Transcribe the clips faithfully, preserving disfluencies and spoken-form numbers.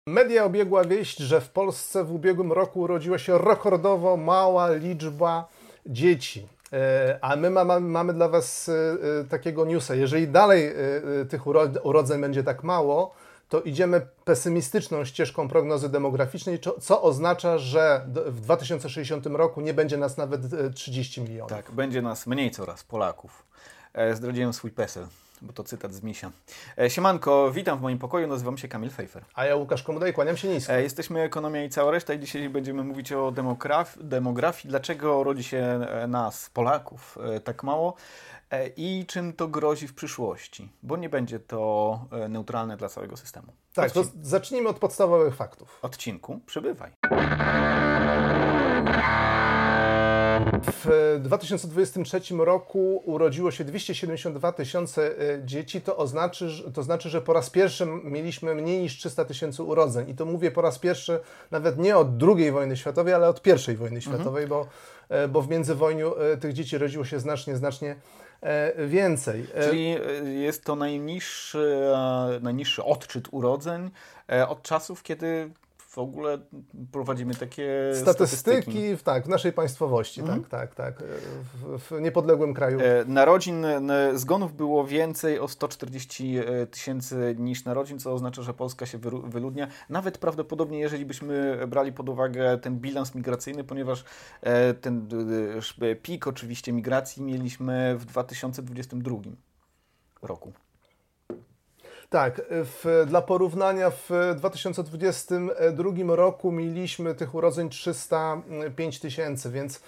Media obiegła wieść, że w Polsce w ubiegłym roku urodziła się rekordowo mała liczba dzieci. A my mamy, mamy dla Was takiego newsa. Jeżeli dalej tych urodzeń będzie tak mało, to idziemy pesymistyczną ścieżką prognozy demograficznej, co oznacza, że w dwa tysiące sześćdziesiątym roku nie będzie nas nawet trzydzieści milionów. Tak, będzie nas mniej coraz, Polaków. Zdradziłem swój PESEL, bo to cytat z Misia. Siemanko, witam w moim pokoju, nazywam się Kamil Fejfer. A ja Łukasz Komodaj, kłaniam się nisko. Jesteśmy Ekonomia i cała reszta i dzisiaj będziemy mówić o demograf- demografii, dlaczego rodzi się nas, Polaków, tak mało i czym to grozi w przyszłości, bo nie będzie to neutralne dla całego systemu. Tak, to zacznijmy od podstawowych faktów. Odcinku, przybywaj. W dwa tysiące dwudziestym trzecim roku urodziło się dwieście siedemdziesiąt dwa tysiące dzieci, to znaczy, to znaczy, że po raz pierwszy mieliśmy mniej niż trzysta tysięcy urodzeń. I to mówię po raz pierwszy nawet nie od drugiej wojny światowej, ale od pierwszej wojny światowej, mhm. bo, bo w międzywojniu tych dzieci rodziło się znacznie, znacznie więcej. Czyli jest to najniższy, najniższy odczyt urodzeń od czasów, kiedy w ogóle prowadzimy takie statystyki. statystyki. Tak, w naszej państwowości, mhm. tak, tak, tak, w, w niepodległym kraju. Narodzin, zgonów było więcej o sto czterdzieści tysięcy niż narodzin, co oznacza, że Polska się wyludnia. Nawet prawdopodobnie, jeżeli byśmy brali pod uwagę ten bilans migracyjny, ponieważ ten pik oczywiście migracji mieliśmy w dwa tysiące dwudziestym drugim roku. Tak, w, dla porównania w dwa tysiące dwudziestym drugim roku mieliśmy tych urodzeń trzysta pięć tysięcy, więc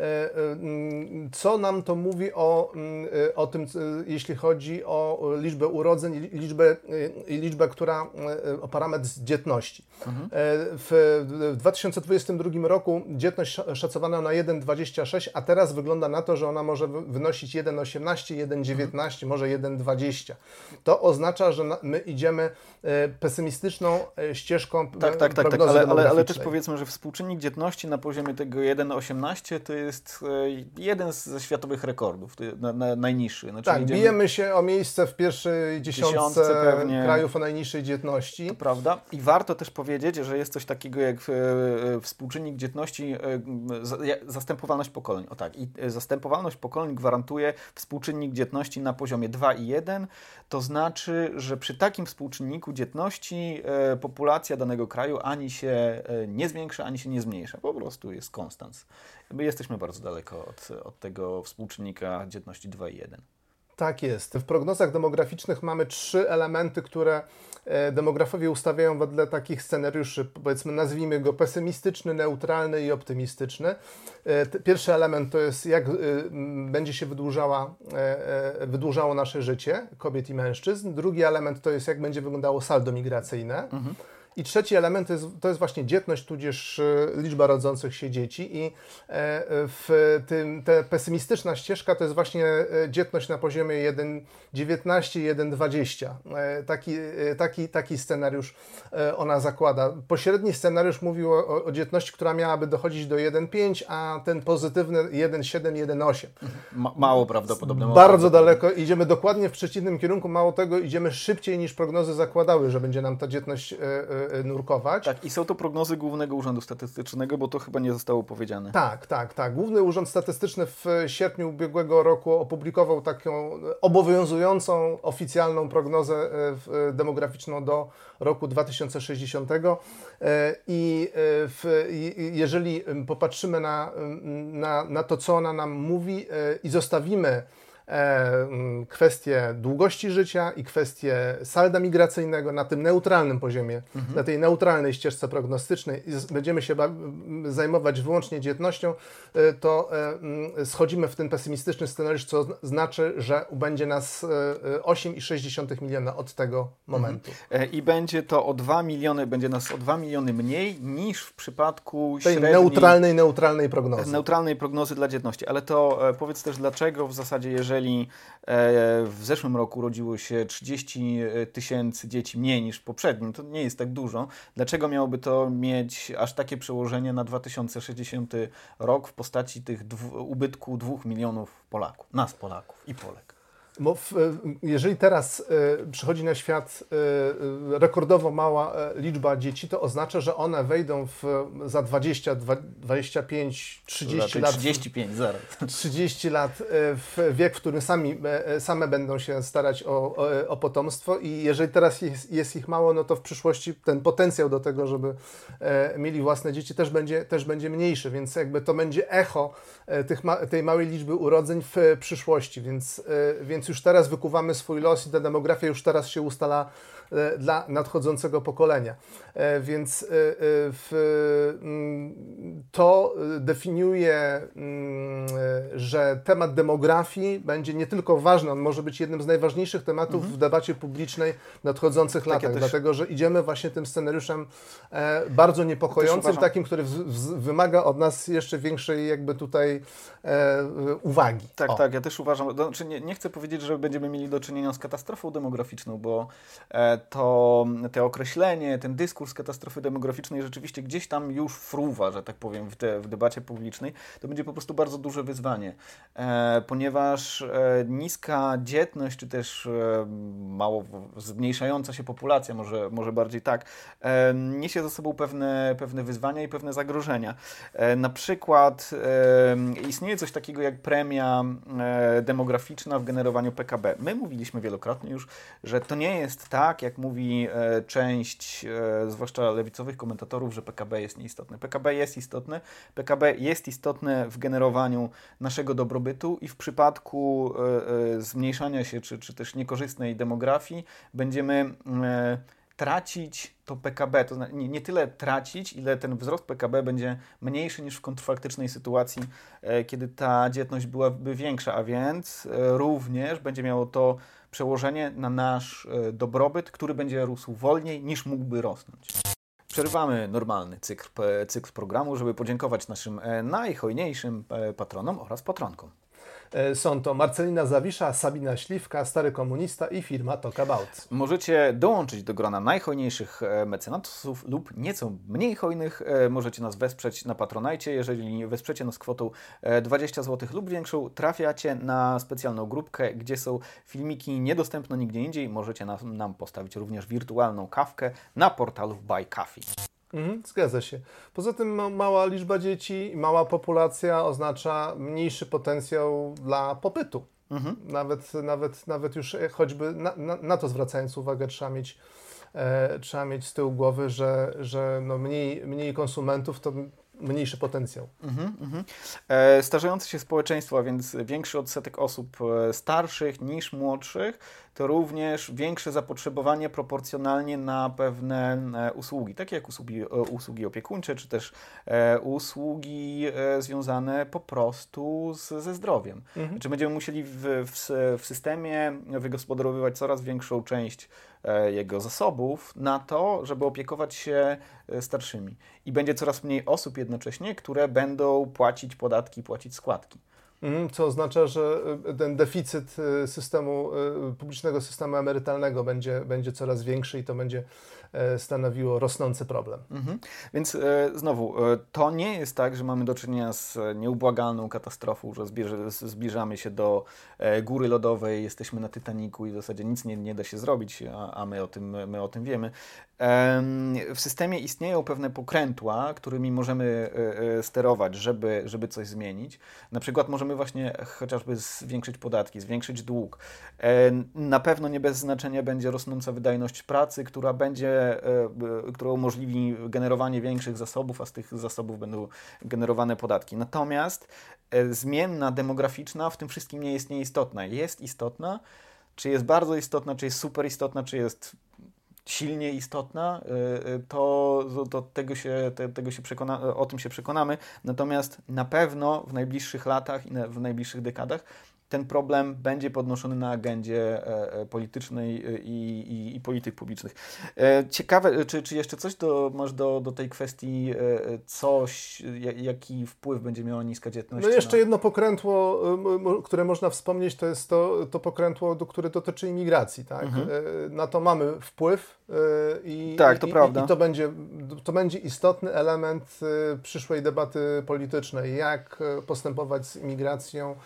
co nam to mówi o, o tym, jeśli chodzi o liczbę urodzeń, liczbę, liczbę która, o parametr dzietności. Mhm. W dwa tysiące dwudziestym drugim roku dzietność szacowana na jeden przecinek dwadzieścia sześć, a teraz wygląda na to, że ona może wynosić jeden przecinek osiemnaście, jeden przecinek dziewiętnaście, mhm. może jeden przecinek dwadzieścia. To oznacza, że my idziemy pesymistyczną ścieżką tak, tak, tak, tak. Ale, ale, ale też powiedzmy, że współczynnik dzietności na poziomie tego jeden przecinek osiemnaście to jest jeden ze światowych rekordów, na, na, najniższy. Znaczy tak, idziemy... bijemy się o miejsce w pierwszej dziesiątce, dziesiątce krajów o najniższej dzietności. To prawda. I warto też powiedzieć, że jest coś takiego jak e, współczynnik dzietności, e, zastępowalność pokoleń. O tak, i zastępowalność pokoleń gwarantuje współczynnik dzietności na poziomie dwa przecinek jeden. To znaczy, że przy takim współczynniku dzietności e, populacja danego kraju ani się e, nie zwiększa, ani się nie zmniejsza. Po prostu jest konstans. My jesteśmy bardzo daleko od, od tego współczynnika dzietności dwa przecinek jeden. Tak jest. W prognozach demograficznych mamy trzy elementy, które demografowie ustawiają wedle takich scenariuszy, powiedzmy, nazwijmy go pesymistyczny, neutralny i optymistyczny. Pierwszy element to jest, jak będzie się wydłużała, wydłużało nasze życie kobiet i mężczyzn. Drugi element to jest, jak będzie wyglądało saldo migracyjne. Mhm. I trzeci element to jest, to jest właśnie dzietność, tudzież liczba rodzących się dzieci i w tym, ta pesymistyczna ścieżka to jest właśnie dzietność na poziomie jeden przecinek dziewiętnaście, jeden przecinek dwadzieścia. Taki, taki, taki scenariusz ona zakłada. Pośredni scenariusz mówił o, o dzietności, która miałaby dochodzić do jeden przecinek pięć, a ten pozytywny jeden przecinek siedem, jeden przecinek osiem. Ma, mało prawdopodobne. Mało Bardzo prawdopodobne. daleko. Idziemy dokładnie w przeciwnym kierunku. Mało tego, idziemy szybciej niż prognozy zakładały, że będzie nam ta dzietność nurkować. Tak, i są to prognozy Głównego Urzędu Statystycznego, bo to chyba nie zostało powiedziane. Tak, tak, tak. Główny Urząd Statystyczny w sierpniu ubiegłego roku opublikował taką obowiązującą, oficjalną prognozę demograficzną do roku dwa tysiące sześćdziesiątego i w, jeżeli popatrzymy na, na, na to, co ona nam mówi i zostawimy kwestie długości życia i kwestie salda migracyjnego na tym neutralnym poziomie, mhm. na tej neutralnej ścieżce prognostycznej i będziemy się zajmować wyłącznie dzietnością, to schodzimy w ten pesymistyczny scenariusz, co znaczy, że będzie nas osiem przecinek sześć miliona od tego momentu. Mhm. I będzie to o dwa miliony, będzie nas o dwa miliony mniej niż w przypadku tej średniej, neutralnej, neutralnej prognozy. Neutralnej prognozy dla dzietności. Ale to powiedz też dlaczego w zasadzie, jeżeli w zeszłym roku urodziło się trzydzieści tysięcy dzieci mniej niż w poprzednim, to nie jest tak dużo. Dlaczego miałoby to mieć aż takie przełożenie na dwa tysiące sześćdziesiąty rok w postaci tych dwu, ubytku dwóch milionów Polaków, nas Polaków i Polek? Jeżeli teraz przychodzi na świat rekordowo mała liczba dzieci, to oznacza, że one wejdą w, za dwadzieścia, dwadzieścia pięć, trzydzieści lat, trzydzieści pięć, zaraz. trzydzieści lat w wiek, w którym sami, same będą się starać o, o, o potomstwo i jeżeli teraz jest, jest ich mało, no to w przyszłości ten potencjał do tego, żeby mieli własne dzieci też będzie, też będzie mniejszy, więc jakby to będzie echo tych ma, tej małej liczby urodzeń w przyszłości, więc, więc już teraz wykuwamy swój los i ta demografia już teraz się ustala dla nadchodzącego pokolenia. Więc w, to definiuje, że temat demografii będzie nie tylko ważny, on może być jednym z najważniejszych tematów mhm. w debacie publicznej w nadchodzących Takie latach, też. Dlatego że idziemy właśnie tym scenariuszem bardzo niepokojącym, takim, który w, w, wymaga od nas jeszcze większej jakby tutaj e, uwagi. Tak, o. tak, ja też uważam, znaczy nie, nie chcę powiedzieć, że będziemy mieli do czynienia z katastrofą demograficzną, bo e, to te określenie, ten dyskurs katastrofy demograficznej rzeczywiście gdzieś tam już fruwa, że tak powiem, w, te, w debacie publicznej, to będzie po prostu bardzo duże wyzwanie, e, ponieważ e, niska dzietność, czy też e, mało zmniejszająca się populacja, może, może bardziej tak, e, niesie ze sobą pewne, pewne wyzwania i pewne zagrożenia. E, na przykład e, istnieje coś takiego jak premia e, demograficzna w generowaniu P K B. My mówiliśmy wielokrotnie już, że to nie jest tak, jak mówi e, część, e, zwłaszcza lewicowych komentatorów, że P K B jest nieistotne. P K B jest istotne. P K B jest istotne w generowaniu naszego dobrobytu i w przypadku e, e, zmniejszania się, czy, czy też niekorzystnej demografii będziemy e, tracić to P K B, to znaczy nie, nie tyle tracić, ile ten wzrost P K B będzie mniejszy niż w kontrfaktycznej sytuacji, e, kiedy ta dzietność byłaby większa, a więc e, również będzie miało to przełożenie na nasz e, dobrobyt, który będzie rósł wolniej niż mógłby rosnąć. Przerywamy normalny cykl, cykl programu, żeby podziękować naszym e, najhojniejszym e, patronom oraz patronkom. Są to Marcelina Zawisza, Sabina Śliwka, Stary Komunista i firma Talkabout. Możecie dołączyć do grona najhojniejszych mecenatów lub nieco mniej hojnych. Możecie nas wesprzeć na Patronajcie. Jeżeli wesprzecie nas kwotą dwadzieścia złotych lub większą, trafiacie na specjalną grupkę, gdzie są filmiki niedostępne nigdzie indziej. Możecie nam, nam postawić również wirtualną kawkę na portalu Buy Coffee. Mhm, zgadza się. Poza tym mała liczba dzieci, mała populacja oznacza mniejszy potencjał dla popytu. Mhm. Nawet, nawet, nawet już choćby na, na, na to zwracając uwagę, trzeba mieć, e, trzeba mieć z tyłu głowy, że, że no mniej, mniej konsumentów to mniejszy potencjał. Mhm, mhm. E, starzejące się społeczeństwo, a więc większy odsetek osób starszych niż młodszych, to również większe zapotrzebowanie proporcjonalnie na pewne e, usługi, takie jak usługi, e, usługi opiekuńcze, czy też e, usługi e, związane po prostu z, ze zdrowiem. Mhm. Czy będziemy musieli w, w, w systemie wygospodarowywać coraz większą część e, jego zasobów na to, żeby opiekować się e, starszymi. I będzie coraz mniej osób jednocześnie, które będą płacić podatki, płacić składki. Co oznacza, że ten deficyt systemu, publicznego systemu emerytalnego będzie, będzie coraz większy i to będzie stanowiło rosnący problem. Mhm. Więc e, znowu, e, to nie jest tak, że mamy do czynienia z nieubłagalną katastrofą, że zbierze, zbliżamy się do e, góry lodowej, jesteśmy na Titanicu i w zasadzie nic nie, nie da się zrobić, a, a my, o tym, my o tym wiemy. E, w systemie istnieją pewne pokrętła, którymi możemy e, sterować, żeby, żeby coś zmienić. Na przykład możemy właśnie chociażby zwiększyć podatki, zwiększyć dług. E, na pewno nie bez znaczenia będzie rosnąca wydajność pracy, która będzie która umożliwi generowanie większych zasobów, a z tych zasobów będą generowane podatki. Natomiast zmienna demograficzna w tym wszystkim nie jest nieistotna. Jest istotna, czy jest bardzo istotna, czy jest super istotna, czy jest silnie istotna, to, to tego się, te, tego się przekona, o tym się przekonamy. Natomiast na pewno w najbliższych latach i w najbliższych dekadach ten problem będzie podnoszony na agendzie e, politycznej i, i, i polityk publicznych. E, ciekawe, czy, czy jeszcze coś do, masz do, do tej kwestii, e, coś, jaki wpływ będzie miała niska dzietność? No jeszcze na... jedno pokrętło, które można wspomnieć, to jest to, to pokrętło, do, które dotyczy imigracji. Tak? Mhm. E, na to mamy wpływ e, i, tak, to i, prawda. i to, będzie, to będzie istotny element przyszłej debaty politycznej. Jak postępować z imigracją,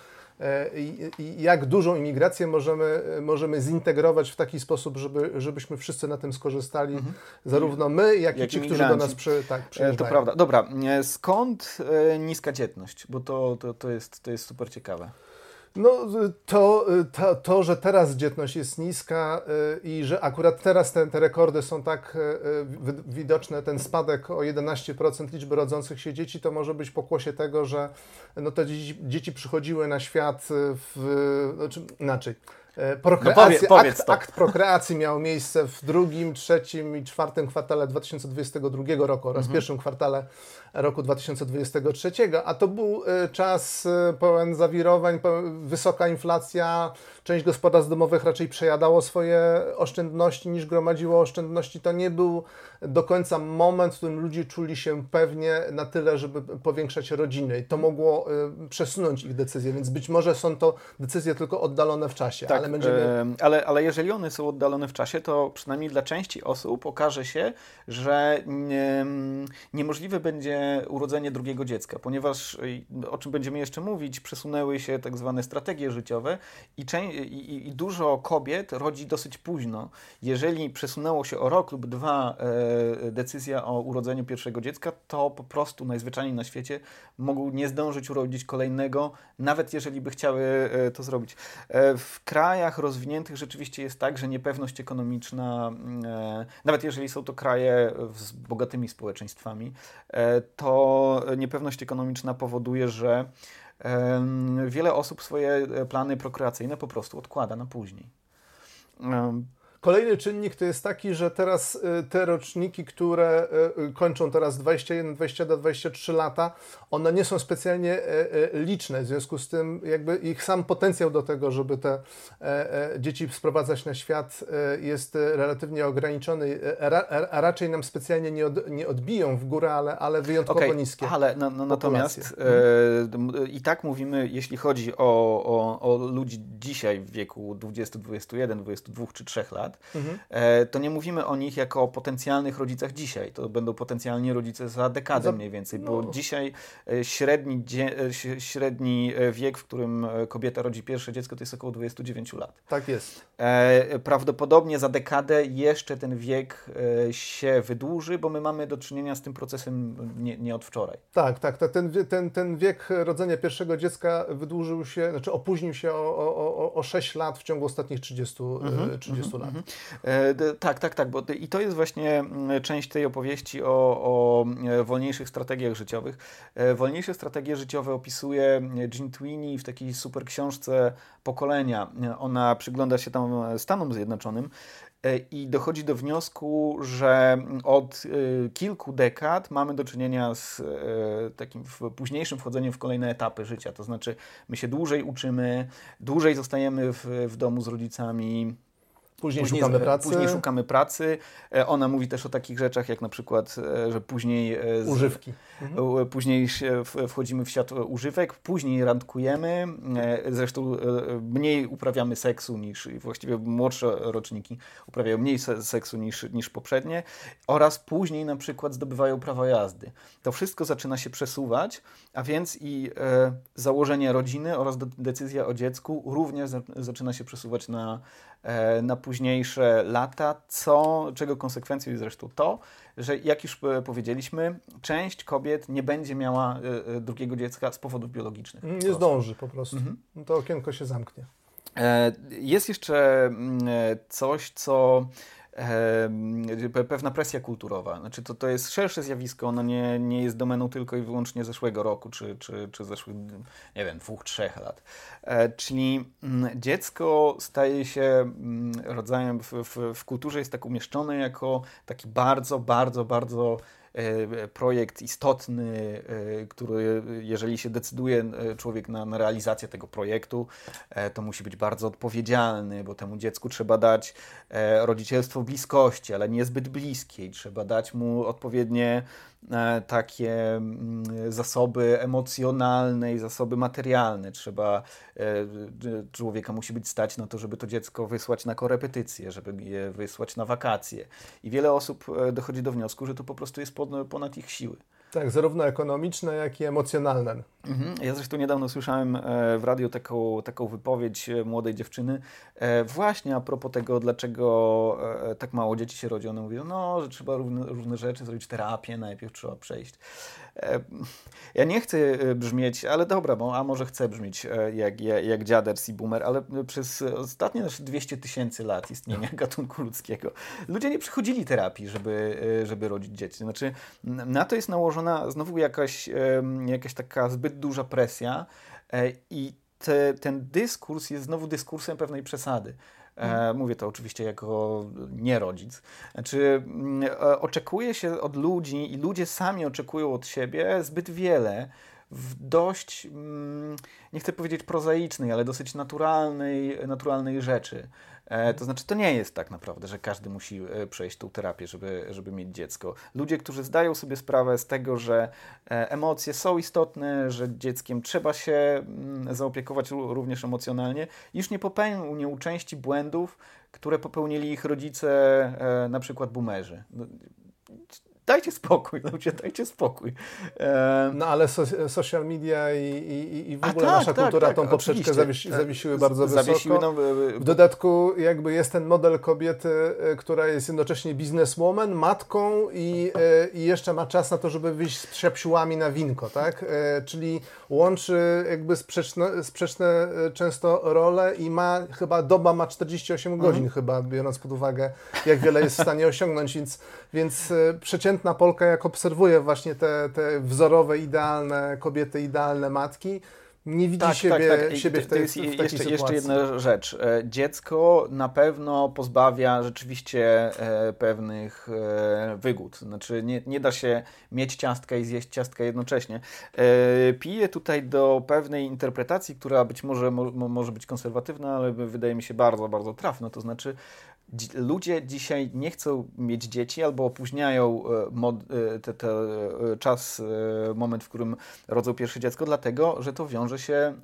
i, i jak dużą imigrację możemy, możemy zintegrować w taki sposób, żeby, żebyśmy wszyscy na tym skorzystali, mhm. zarówno my, jak, jak i ci, którzy do nas przy, tak, przyjeżdżają. To prawda. Dobra, skąd niska dzietność? Bo to, to, to, jest, to jest super ciekawe. No to, to, to, że teraz dzietność jest niska i że akurat teraz te, te rekordy są tak widoczne, ten spadek o jedenaście procent liczby rodzących się dzieci, to może być pokłosie tego, że no te dzieci, dzieci przychodziły na świat w, znaczy inaczej. Prokreacja, no powie, powiedz akt, akt prokreacji miał miejsce w drugim, trzecim i czwartym kwartale dwa tysiące dwudziestego drugiego roku oraz mhm. pierwszym kwartale roku dwa tysiące dwudziestego trzeciego, a to był czas pełen zawirowań, wysoka inflacja, część gospodarstw domowych raczej przejadało swoje oszczędności niż gromadziło oszczędności. To nie był do końca moment, w którym ludzie czuli się pewnie na tyle, żeby powiększać rodziny i to mogło przesunąć ich decyzje, więc być może są to decyzje tylko oddalone w czasie. Tak, ale, będziemy... ale, ale jeżeli one są oddalone w czasie, to przynajmniej dla części osób okaże się, że nie, niemożliwe będzie urodzenie drugiego dziecka, ponieważ, o czym będziemy jeszcze mówić, przesunęły się tak zwane strategie życiowe i, czę- i, i dużo kobiet rodzi dosyć późno. Jeżeli przesunęło się o rok lub dwa e, decyzja o urodzeniu pierwszego dziecka, to po prostu najzwyczajniej na świecie mogą nie zdążyć urodzić kolejnego, nawet jeżeli by chciały e, to zrobić. E, w krajach rozwiniętych rzeczywiście jest tak, że niepewność ekonomiczna, e, nawet jeżeli są to kraje z bogatymi społeczeństwami, e, to niepewność ekonomiczna powoduje, że e, wiele osób swoje plany prokreacyjne po prostu odkłada na później. E, Kolejny czynnik to jest taki, że teraz te roczniki, które kończą teraz dwadzieścia jeden, dwadzieścia dwa, dwadzieścia trzy lata, one nie są specjalnie liczne, w związku z tym jakby ich sam potencjał do tego, żeby te dzieci sprowadzać na świat jest relatywnie ograniczony, a raczej nam specjalnie nie, od, nie odbiją w górę, ale, ale wyjątkowo okay, niskie. Ale no, no, natomiast e, i tak mówimy, jeśli chodzi o, o, o ludzi dzisiaj w wieku dwudziestu, dwudziestu jeden, dwudziestu dwóch czy trzech lat, Mhm. to nie mówimy o nich jako o potencjalnych rodzicach dzisiaj. To będą potencjalnie rodzice za dekadę za, mniej więcej, bo no. dzisiaj średni, średni wiek, w którym kobieta rodzi pierwsze dziecko, to jest około dwadzieścia dziewięć lat. Tak jest. Prawdopodobnie za dekadę jeszcze ten wiek się wydłuży, bo my mamy do czynienia z tym procesem nie, nie od wczoraj. Tak, tak. Ten, ten, ten wiek rodzenia pierwszego dziecka wydłużył się, znaczy opóźnił się o, o, o sześć lat w ciągu ostatnich trzydziestu, mhm, trzydziestu lat. Mhm. E, tak, tak, tak, bo i to jest właśnie część tej opowieści o, o wolniejszych strategiach życiowych. E, wolniejsze strategie życiowe opisuje Jean Tweeney w takiej super książce Pokolenia. Ona przygląda się tam Stanom Zjednoczonym e, i dochodzi do wniosku, że od e, kilku dekad mamy do czynienia z e, takim w, późniejszym wchodzeniem w kolejne etapy życia. To znaczy my się dłużej uczymy, dłużej zostajemy w, w domu z rodzicami, Później, później szukamy pracy. Później szukamy pracy. Ona mówi też o takich rzeczach, jak na przykład, że później... Z, Używki. Mhm. Później wchodzimy w świat używek, później randkujemy, zresztą mniej uprawiamy seksu niż, właściwie młodsze roczniki uprawiają mniej seksu niż, niż poprzednie oraz później na przykład zdobywają prawo jazdy. To wszystko zaczyna się przesuwać, a więc i e, założenie rodziny oraz de- decyzja o dziecku również za- zaczyna się przesuwać na, e, na późniejsze lata, co, czego konsekwencją jest zresztą to, że jak już powiedzieliśmy, część kobiet nie będzie miała y, drugiego dziecka z powodów biologicznych. Nie po zdąży po prostu. Mhm. To okienko się zamknie. E, jest jeszcze coś, co e, pewna presja kulturowa. Znaczy to, to jest szersze zjawisko, ono nie, nie jest domeną tylko i wyłącznie zeszłego roku, czy, czy, czy zeszłych, nie wiem, dwóch, trzech lat. E, czyli m, dziecko staje się m, rodzajem, w, w, w kulturze jest tak umieszczone jako taki bardzo, bardzo, bardzo projekt istotny, który jeżeli się decyduje człowiek na, na realizację tego projektu, to musi być bardzo odpowiedzialny, bo temu dziecku trzeba dać rodzicielstwo bliskości, ale niezbyt bliskiej. Trzeba dać mu odpowiednie takie zasoby emocjonalne i zasoby materialne. Trzeba, człowieka musi być stać na to, żeby to dziecko wysłać na korepetycje, żeby je wysłać na wakacje. I wiele osób dochodzi do wniosku, że to po prostu jest ponad ich siły. Tak, zarówno ekonomiczne, jak i emocjonalne. Mhm. Ja zresztą niedawno słyszałem w radiu taką, taką wypowiedź młodej dziewczyny właśnie a propos tego, dlaczego tak mało dzieci się rodzi. Ona mówi, no, że trzeba różne, różne rzeczy, zrobić terapię, najpierw trzeba przejść. Ja nie chcę brzmieć, ale dobra, bo, a może chcę brzmieć jak, jak, jak dziaders i boomer, ale przez ostatnie dwieście tysięcy lat istnienia gatunku ludzkiego ludzie nie przechodzili terapii, żeby, żeby rodzić dzieci. Znaczy, na to jest nałożona znowu jakaś, jakaś taka zbyt duża presja i te, ten dyskurs jest znowu dyskursem pewnej przesady. Hmm. Mówię to oczywiście jako nierodzic. Znaczy, oczekuje się od ludzi i ludzie sami oczekują od siebie zbyt wiele w dość, nie chcę powiedzieć prozaicznej, ale dosyć naturalnej, naturalnej rzeczy. To znaczy, to nie jest tak naprawdę, że każdy musi przejść tą terapię, żeby, żeby mieć dziecko. Ludzie, którzy zdają sobie sprawę z tego, że emocje są istotne, że dzieckiem trzeba się zaopiekować również emocjonalnie, już nie popełnią części błędów, które popełnili ich rodzice, na przykład boomerzy. Dajcie spokój, ludzie, dajcie spokój. E... No ale so, social media i, i, i w ogóle tak, nasza tak, kultura tak, tą poprzeczkę zawiesi, zawiesiły bardzo zawiesiły, wysoko. No, w dodatku jakby jest ten model kobiety, która jest jednocześnie bizneswoman, matką i, i jeszcze ma czas na to, żeby wyjść z psiapsiłami na winko, tak? Czyli łączy jakby sprzeczne, sprzeczne często role i ma chyba, doba ma czterdzieści osiem godzin mhm. chyba, biorąc pod uwagę, jak wiele jest w stanie osiągnąć, więc, więc przeciętna Polka, jak obserwuje właśnie te, te wzorowe, idealne kobiety, idealne matki, nie widzi tak, siebie, tak, tak. siebie w, tej, to jest w takiej jeszcze, sytuacji. Jeszcze jedna rzecz. Dziecko na pewno pozbawia rzeczywiście pewnych wygód. Znaczy nie, nie da się mieć ciastka i zjeść ciastka jednocześnie. Piję tutaj do pewnej interpretacji, która być może mo, może być konserwatywna, ale wydaje mi się bardzo, bardzo trafna. To znaczy ludzie dzisiaj nie chcą mieć dzieci albo opóźniają mod, te, te czas, moment, w którym rodzą pierwsze dziecko, dlatego, że to wiąże się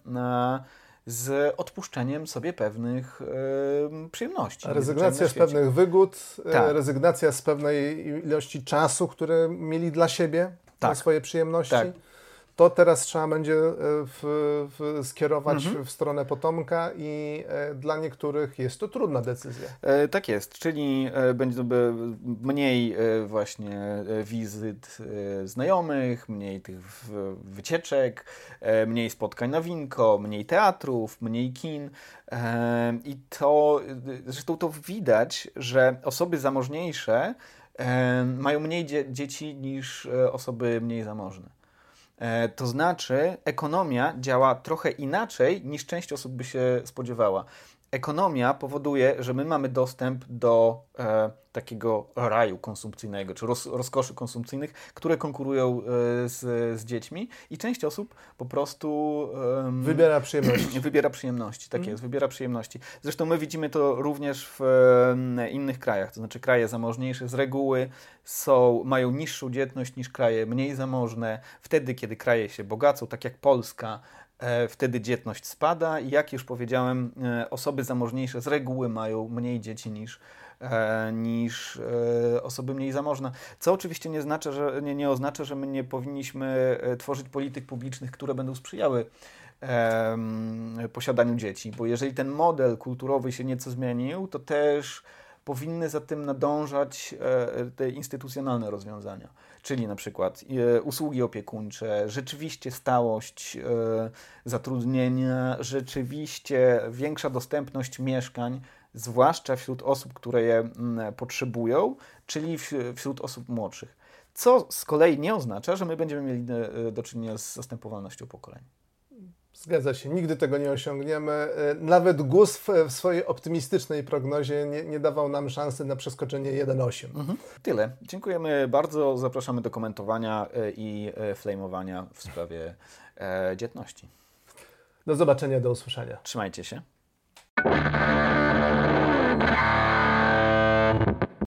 z odpuszczeniem sobie pewnych przyjemności. Rezygnacja z pewnych wygód, tak. rezygnacja z pewnej ilości czasu, które mieli dla siebie, tak. na swoje przyjemności. Tak. To teraz trzeba będzie w, w skierować mhm. w stronę potomka i e, dla niektórych jest to trudna decyzja. E, tak jest, czyli e, będzie mniej e, właśnie wizyt e, znajomych, mniej tych w, wycieczek, e, mniej spotkań na winko, mniej teatrów, mniej kin e, i to, zresztą to widać, że osoby zamożniejsze e, mają mniej dzie- dzieci niż e, osoby mniej zamożne. To znaczy, ekonomia działa trochę inaczej, niż część osób by się spodziewała. Ekonomia powoduje, że my mamy dostęp do e, takiego raju konsumpcyjnego, czy roz, rozkoszy konsumpcyjnych, które konkurują e, z, z dziećmi i część osób po prostu... E, wybiera przyjemności. Wybiera przyjemności, tak mm. jest, wybiera przyjemności. Zresztą my widzimy to również w e, innych krajach, to znaczy kraje zamożniejsze z reguły są, mają niższą dzietność niż kraje mniej zamożne. Wtedy, kiedy kraje się bogacą, tak jak Polska, wtedy dzietność spada i jak już powiedziałem, osoby zamożniejsze z reguły mają mniej dzieci niż, niż osoby mniej zamożne. Co oczywiście nie, znaczy, że, nie, nie oznacza, że my nie powinniśmy tworzyć polityk publicznych, które będą sprzyjały posiadaniu dzieci, bo jeżeli ten model kulturowy się nieco zmienił, to też powinny za tym nadążać te instytucjonalne rozwiązania. Czyli na przykład usługi opiekuńcze, rzeczywiście stałość zatrudnienia, rzeczywiście większa dostępność mieszkań, zwłaszcza wśród osób, które je potrzebują, czyli wśród osób młodszych. Co z kolei nie oznacza, że my będziemy mieli do czynienia z zastępowalnością pokoleń. Zgadza się, nigdy tego nie osiągniemy. Nawet G U S w swojej optymistycznej prognozie nie, nie dawał nam szansy na przeskoczenie jeden przecinek osiem. Mhm. Tyle. Dziękujemy bardzo. Zapraszamy do komentowania i flamowania w sprawie e, dzietności. Do zobaczenia, do usłyszenia. Trzymajcie się.